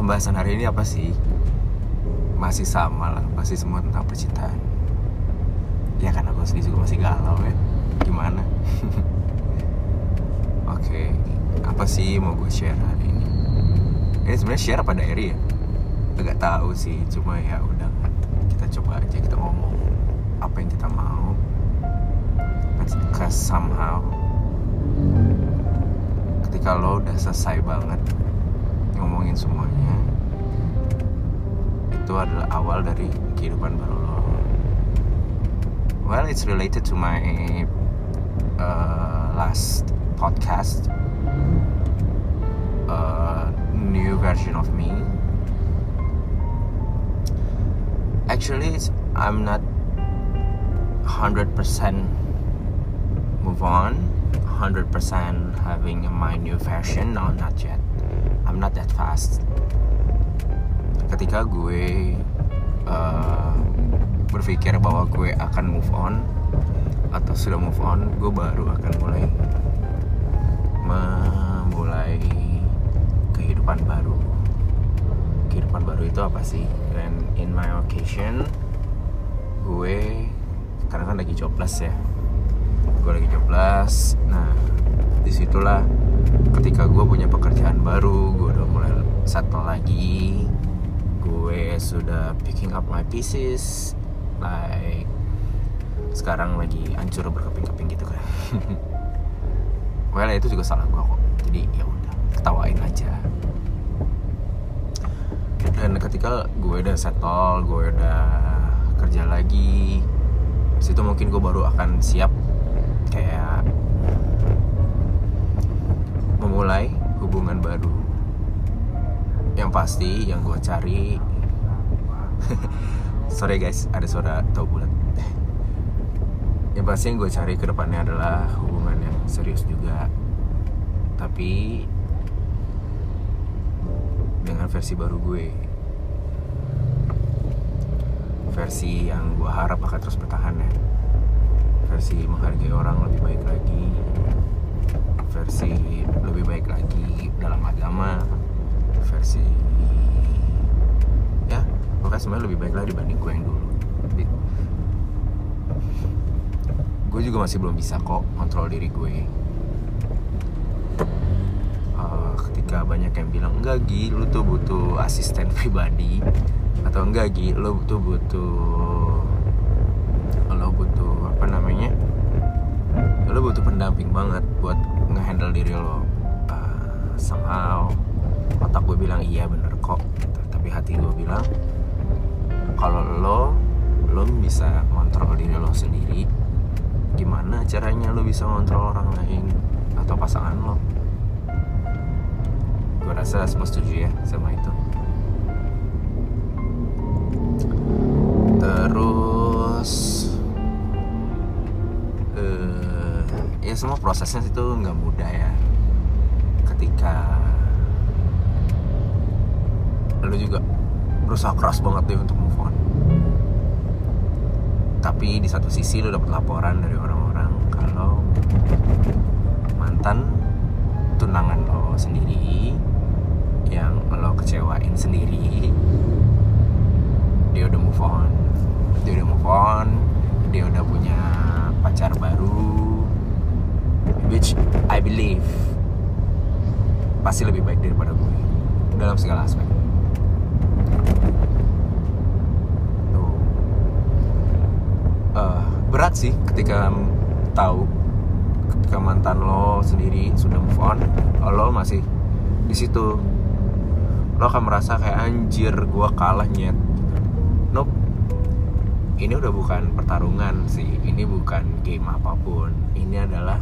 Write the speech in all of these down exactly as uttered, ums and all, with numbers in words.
pembahasan hari ini apa sih? Masih sama lah, pasti semua tentang percintaan. Ya karena gue sendiri juga masih galau ya. Gimana? Oke, okay. Apa sih mau gue share hari ini? Ini sebenarnya share apa diary ya? Agak tahu sih, cuma ya udah. Kita coba aja, kita ngomong apa yang kita mau. Because somehow ketika lo udah selesai banget ngomongin semuanya, itu adalah awal dari kehidupan baru lo. Well, it's related to my uh, last podcast, uh, new version of me. Actually, I'm not one hundred percent move on, one hundred percent having my new version. No, not yet. I'm not that fast. Ketika gue uh, berpikir bahwa gue akan move on atau sudah move on, gue baru akan mulai memulai kehidupan baru. Kehidupan baru itu apa sih? Dan in my occasion, gue sekarang kan lagi jobless ya. Gue lagi jobless. Nah, disitulah ketika gue punya pekerjaan baru, gue udah mulai settle lagi. Gue sudah picking up my pieces, like sekarang lagi hancur berkeping-keping gitu kan. Well, itu juga salah gue kok. Jadi ya udah, ketawain aja. Dan ketika gue udah settle, gue udah kerja lagi, situ mungkin gue baru akan siap kayak memulai hubungan baru. Yang pasti yang gue cari sorry guys, ada suara tahu bulat. Yang pasti yang gue cari ke depannya adalah hubungan yang serius juga, tapi dengan versi baru gue, versi yang gue harap akan terus bertahan ya. Versi menghargai orang lebih baik lagi, versi lebih baik lagi dalam agama, versi ya pokoknya sebenarnya lebih baik lah dibanding gue yang dulu. Tapi gue juga masih belum bisa kok kontrol diri gue. Uh, ketika banyak yang bilang enggak Gi, lu tuh butuh asisten pribadi, atau enggak Gi, lu tuh butuh lo butuh apa namanya lo butuh pendamping banget buat ngehandle diri lo. Uh, somehow otak gue bilang iya bener kok, tapi hati gue bilang kalau lo lo bisa ngontrol diri lo sendiri, gimana caranya lo bisa ngontrol orang lain atau pasangan lo? Gue rasa semua setuju ya sama itu. Terus uh, ya semua prosesnya itu nggak mudah ya. Ketika lo juga berusaha keras banget deh untuk move on, tapi di satu sisi lo dapet laporan dari orang-orang kalau mantan tunangan lo sendiri yang lo kecewain sendiri, dia udah move on, dia udah move on, dia udah punya pacar baru, which I believe pasti lebih baik daripada gue dalam segala aspek. Tuh, uh, berat sih ketika tahu ketika mantan lo sendiri sudah move on, lo masih di situ. Lo akan merasa kayak anjir, gue kalah nyet. Nope, ini udah bukan pertarungan sih, ini bukan game apapun, ini adalah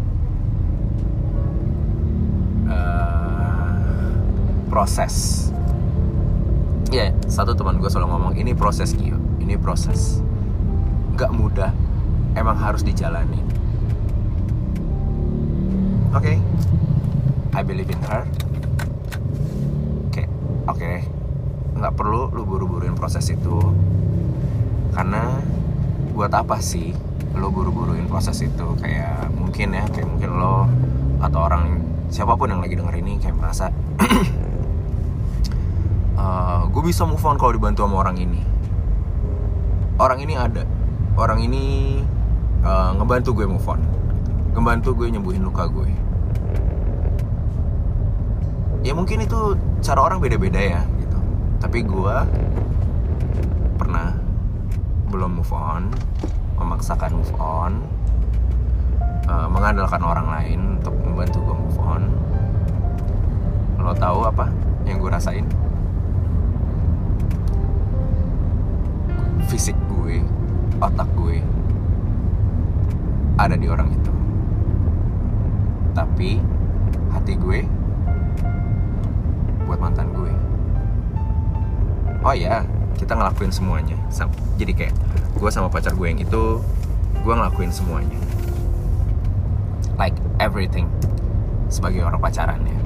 uh, proses. Ya, yeah, satu teman gue selalu ngomong ini proses Gio, ini proses, nggak mudah, emang harus dijalani. Oke, okay. I believe in her. Oke, okay. oke, okay. Nggak perlu lu buru-buruin proses itu. Karena buat apa sih lo buru-buruin proses itu? Kayak mungkin ya, kayak mungkin lo atau orang siapapun yang lagi denger ini kayak merasa uh, gue bisa move on kalau dibantu sama orang ini. Orang ini ada, orang ini uh, ngebantu gue move on, ngebantu gue nyembuhin luka gue. Ya mungkin itu cara orang beda-beda ya gitu. Tapi gue pernah belum move on, memaksakan move on, uh, mengandalkan orang lain untuk membantu gue move on. Lo tahu apa yang gue rasain? Fisik gue, otak gue ada di orang itu, tapi hati gue buat mantan gue. Oh ya, kita ngelakuin semuanya. Jadi kayak gue sama pacar gue yang itu, gue ngelakuin semuanya, like everything, sebagai orang pacaran ya.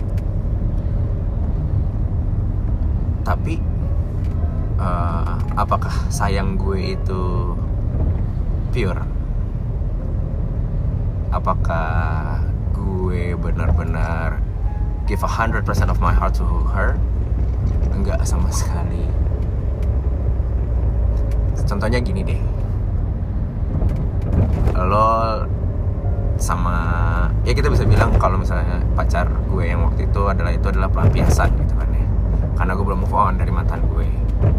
Tapi uh, apakah sayang gue itu pure? Apakah gue benar-benar give a hundred percent of my heart to her? Enggak sama sekali. Contohnya gini deh, lo sama, ya kita bisa bilang kalau misalnya pacar gue yang waktu itu adalah itu adalah pelampiasan gitu kan ya, karena gue belum move on dari mantan gue,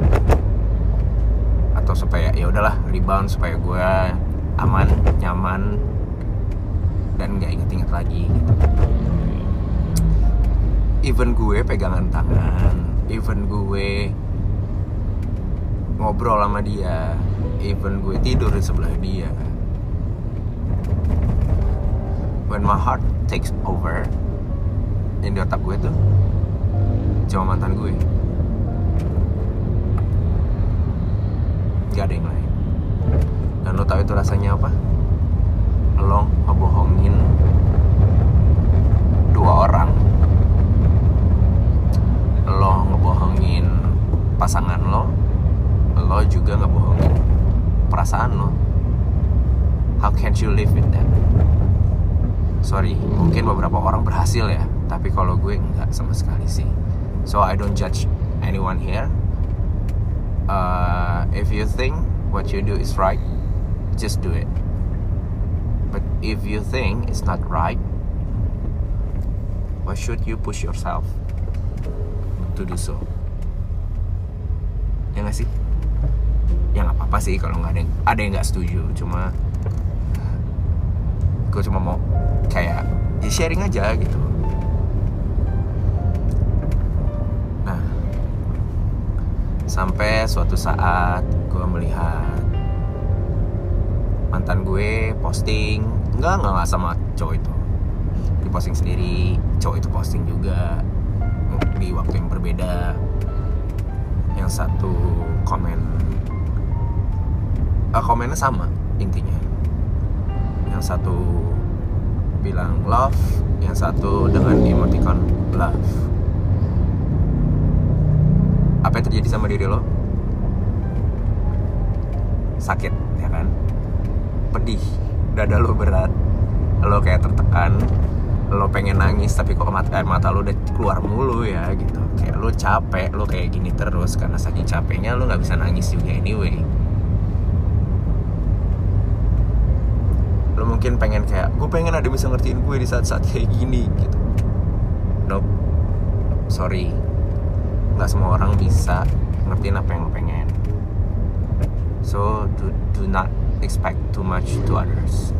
atau supaya ya udahlah rebound supaya gue aman, nyaman, dan nggak inget-inget lagi gitu. Even gue pegangan tangan, even gue ngobrol sama dia, even gue tidur di sebelah dia, when my heart takes over, yang di otak gue tuh cuma mantan gue, gak ada yang lain. Dan lo tau itu rasanya apa? Lo ngebohongin dua orang, lo ngebohongin pasangan lo, lo juga ngebohongin perasaan lo. How can you live with that? Sorry, mungkin beberapa orang berhasil ya, tapi kalau gue enggak sama sekali sih. So I don't judge anyone here. Uh, if you think what you do is right, just do it. But if you think it's not right, why should you push yourself to do so? Ya nggak sih? Ya nggak apa-apa sih kalau nggak ada yang ada yang nggak setuju. Cuma gue cuma mau kayak ya sharing aja gitu. Nah, sampai suatu saat gue melihat mantan gue posting, enggak enggak enggak sama cowok itu, di posting sendiri, cowok itu posting juga di waktu yang berbeda. Yang satu komen, uh, komennya sama intinya. Yang satu bilang love, yang satu dengan emoticon love. Apa yang terjadi sama diri lo? Sakit, ya kan? Pedih, dada lo berat, lo kayak tertekan, lo pengen nangis tapi kok mata, mata lo udah keluar mulu ya gitu. Kayak lo capek, lo kayak gini terus karena saking capeknya lo nggak bisa nangis juga anyway. Lo mungkin pengen kayak, gue pengen ada bisa ngertiin gue di saat-saat kayak gini gitu. Nope, sorry, nggak semua orang bisa ngertiin apa yang lo pengen. So do, do not expect too much to others.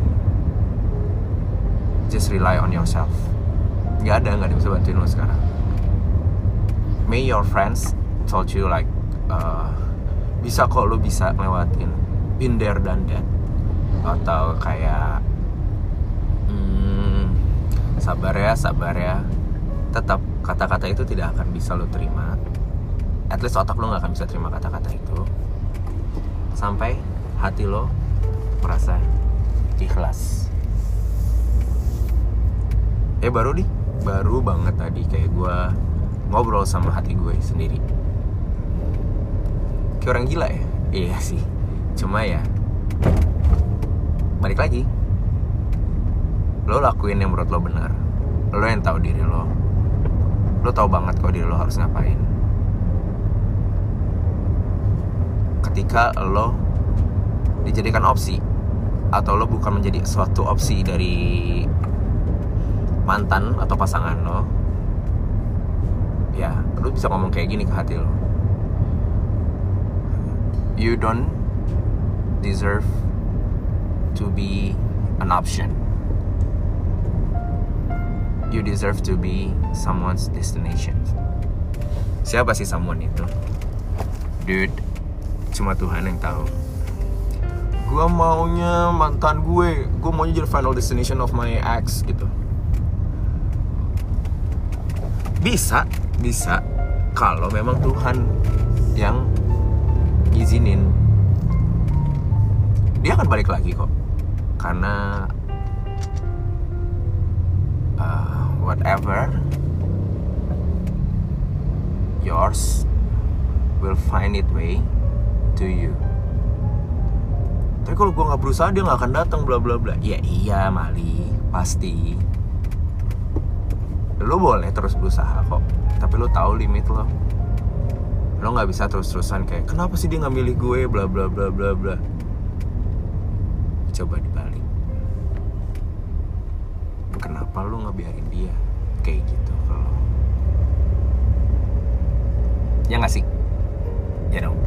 Just rely on yourself. Gak ada, gak ada yang bisa bantuin lo sekarang. May your friends told you like uh, bisa kok lo bisa ngelewatin, been there done that. Atau kayak hmm, sabar ya, sabar ya. Tetap kata-kata itu tidak akan bisa lo terima. At least otak lo gak akan bisa terima kata-kata itu sampai hati lo merasa ikhlas. Eh baru di, baru banget tadi kayak gue ngobrol sama hati gue sendiri. Kayak orang gila ya? Iya sih. Cuma ya balik lagi, lo lakuin yang menurut lo benar. Lo yang tahu diri lo. Lo tahu banget kok diri lo harus ngapain. ketika lo dijadikan opsi, atau lo bukan menjadi suatu opsi dari mantan atau pasangan lo, ya lo bisa ngomong kayak gini ke hati lo, you don't deserve to be an option, you deserve to be someone's destination. Siapa sih someone itu? Dude, cuma Tuhan yang tahu. Gue maunya mantan gue, gue maunya jadi final destination of my ex gitu. Bisa, bisa kalau memang Tuhan yang izinin. Dia akan balik lagi kok. Karena uh, whatever yours will find its way to you. Tapi kalau gue nggak berusaha dia nggak akan datang, bla bla bla. Ya iya Mali, pasti. Lo boleh terus berusaha kok, tapi lo tahu limit lo. Lo nggak bisa terus-terusan kayak kenapa sih dia nggak milih gue, bla bla bla bla bla. Coba dibalik. Kenapa lo nggak biarin dia kayak gitu kalau? Ya nggak sih? Ya dong.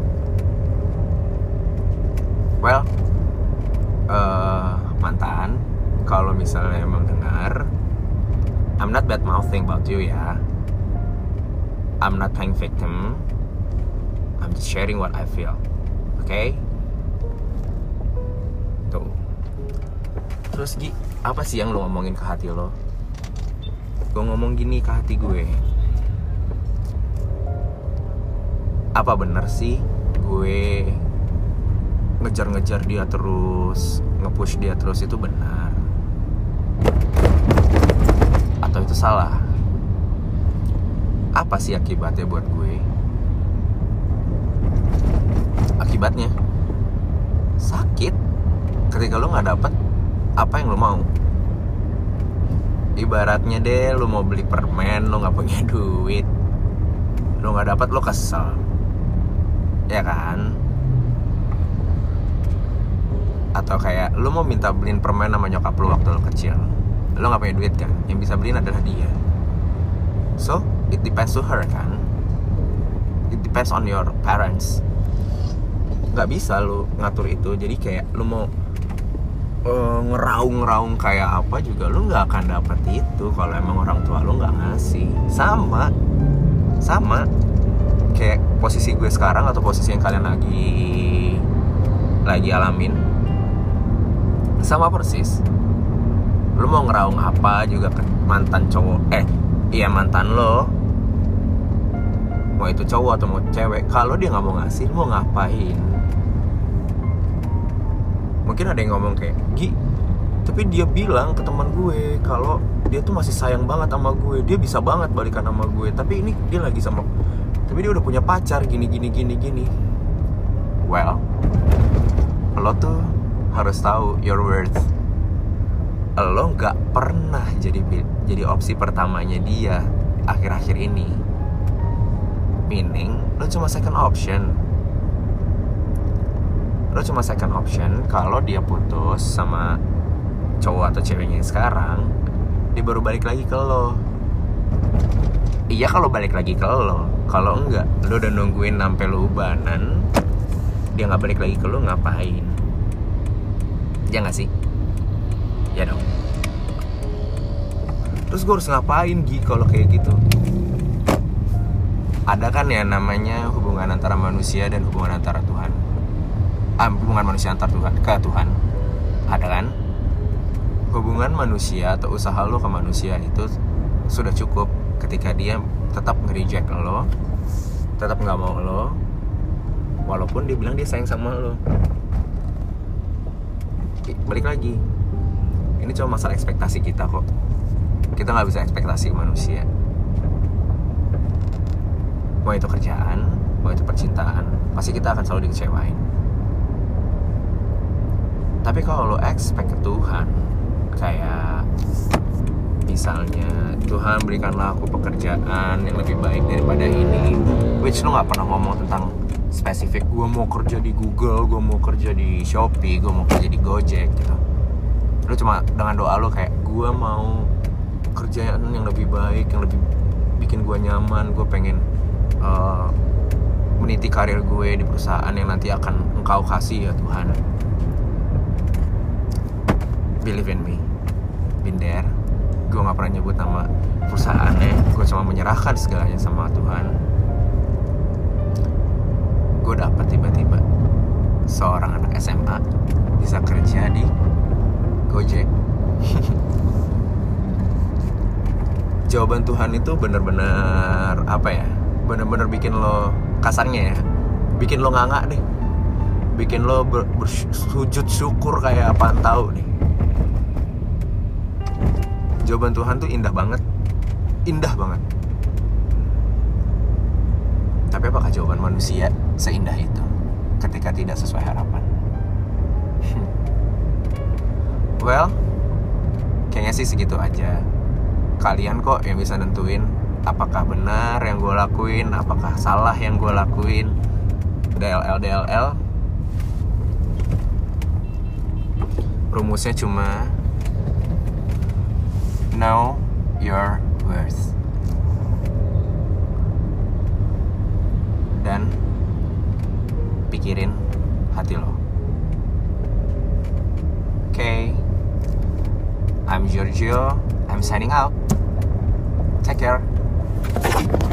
Well, uh, mantan, kalau misalnya emang dengar, I'm not bad mouthing about you ya. I'm not playing victim. I'm just sharing what I feel. Oke? Okay? Tuh. Terus Gi, apa sih yang lo ngomongin ke hati lo? Gue ngomong gini ke hati gue. Apa bener sih gue ngejar-ngejar dia terus, nge-push dia terus itu benar? Atau itu salah? Apa sih akibatnya buat gue? Akibatnya sakit ketika lo gak dapet apa yang lo mau. Ibaratnya deh, lo mau beli permen, lo gak punya duit, lo gak dapet, lo kesel, ya kan? Atau kayak lo mau minta beliin permen sama nyokap lo waktu lo kecil, lo gak punya duit kan, yang bisa beliin adalah dia. So, it depends to her kan. It depends on your parents. Gak bisa lo ngatur itu. Jadi kayak lo mau uh, ngeraung-ngeraung kayak apa juga, lo gak akan dapet itu kalau emang orang tua lo gak ngasih. Sama Sama kayak posisi gue sekarang atau posisi yang kalian lagi Lagi alamin, sama persis. Lo mau ngeraung apa juga ke mantan cowok, eh iya mantan lo, mau itu cowok atau mau cewek, kalau dia nggak mau ngasih, lo mau ngapain? Mungkin ada yang ngomong kayak, Gi, tapi dia bilang ke teman gue kalau dia tuh masih sayang banget sama gue, dia bisa banget balikan sama gue, tapi ini dia lagi sama, tapi dia udah punya pacar gini gini gini gini. Well, lo tuh harus tahu your worth. Lo nggak pernah jadi jadi opsi pertamanya dia akhir-akhir ini. Meaning lo cuma second option. Lo cuma second option kalau dia putus sama cowok atau ceweknya yang sekarang, dia baru balik lagi ke lo. Iya kalau balik lagi ke lo. Kalau enggak, lo udah nungguin sampai lo ubanan, dia nggak balik lagi ke lo, ngapain? Ya gak sih? Ya dong. Terus gue harus ngapain Gi kalau kayak gitu? Ada kan ya namanya hubungan antara manusia dan hubungan antara Tuhan. Ah, hubungan manusia antar Tuhan ke Tuhan. Ada kan? Hubungan manusia atau usaha lo ke manusia itu sudah cukup ketika dia tetap nge-reject lo, tetap gak mau lo, walaupun dia bilang dia sayang sama lo. Balik lagi, ini cuma masalah ekspektasi kita kok. Kita nggak bisa ekspektasi ke manusia. Mau itu kerjaan, mau itu percintaan, pasti kita akan selalu dikecewain. Tapi kalau lo expect ke Tuhan, kayak misalnya Tuhan berikanlah aku pekerjaan yang lebih baik daripada ini, which lo nggak pernah ngomong tentang spesifik gue mau kerja di Google, gue mau kerja di Shopee, gue mau kerja di Gojek gitu. Lu cuma dengan doa lu kayak gue mau kerjaan yang lebih baik, yang lebih bikin gue nyaman. Gue pengen uh, meniti karir gue di perusahaan yang nanti akan Engkau kasih ya Tuhan. Believe in me, been there. Gue gak pernah nyebut nama perusahaannya, gue cuma menyerahkan segalanya sama Tuhan. Gue dapat tiba-tiba seorang anak S M A bisa kerja di Gojek. Jawaban Tuhan itu benar-benar apa ya? Benar-benar bikin lo, kasarnya ya, bikin lo nganga deh, bikin lo ber, bersujud syukur kayak apaan tahu nih. Jawaban Tuhan tuh indah banget, indah banget. Tapi apakah jawaban manusia seindah itu ketika tidak sesuai harapan? Well, kayaknya sih segitu aja. Kalian kok yang bisa nentuin apakah benar yang gue lakuin, apakah salah yang gue lakuin. D L L D L L. Rumusnya cuma know your worth. Dan pikirin hati lo. Okay, I'm Giorgio. I'm signing out. Take care.